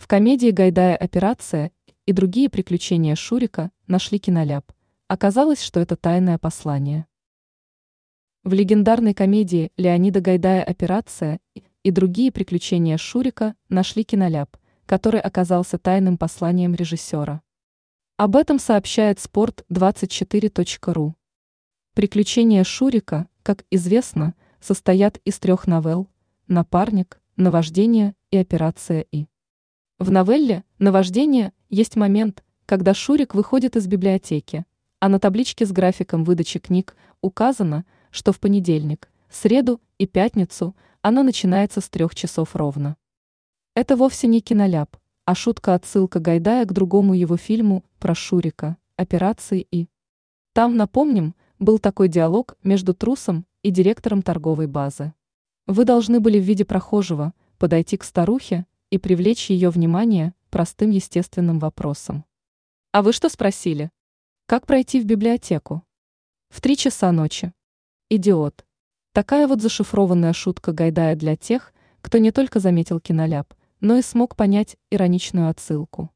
В комедии Гайдая «Операция» и другие приключения Шурика нашли киноляп. Оказалось, что это тайное послание. В легендарной комедии Леонида Гайдая «Операция» и другие приключения Шурика нашли киноляп, который оказался тайным посланием режиссера. Об этом сообщает sport24.ru. Приключения Шурика, как известно, состоят из 3 новелл: «Напарник», «Наваждение» и «Операция И». В новелле «Наваждение» есть момент, когда Шурик выходит из библиотеки, а на табличке с графиком выдачи книг указано, что в понедельник, среду и пятницу она начинается с 3 часов ровно. Это вовсе не киноляп, а шутка-отсылка Гайдая к другому его фильму про Шурика «Операции И». Там, напомним, был такой диалог между трусом и директором торговой базы. Вы должны были в виде прохожего подойти к старухе и привлечь ее внимание простым естественным вопросом. А вы что спросили? Как пройти в библиотеку? В 3 часа ночи. Идиот. Такая вот зашифрованная шутка Гайдая для тех, кто не только заметил киноляп, но и смог понять ироничную отсылку.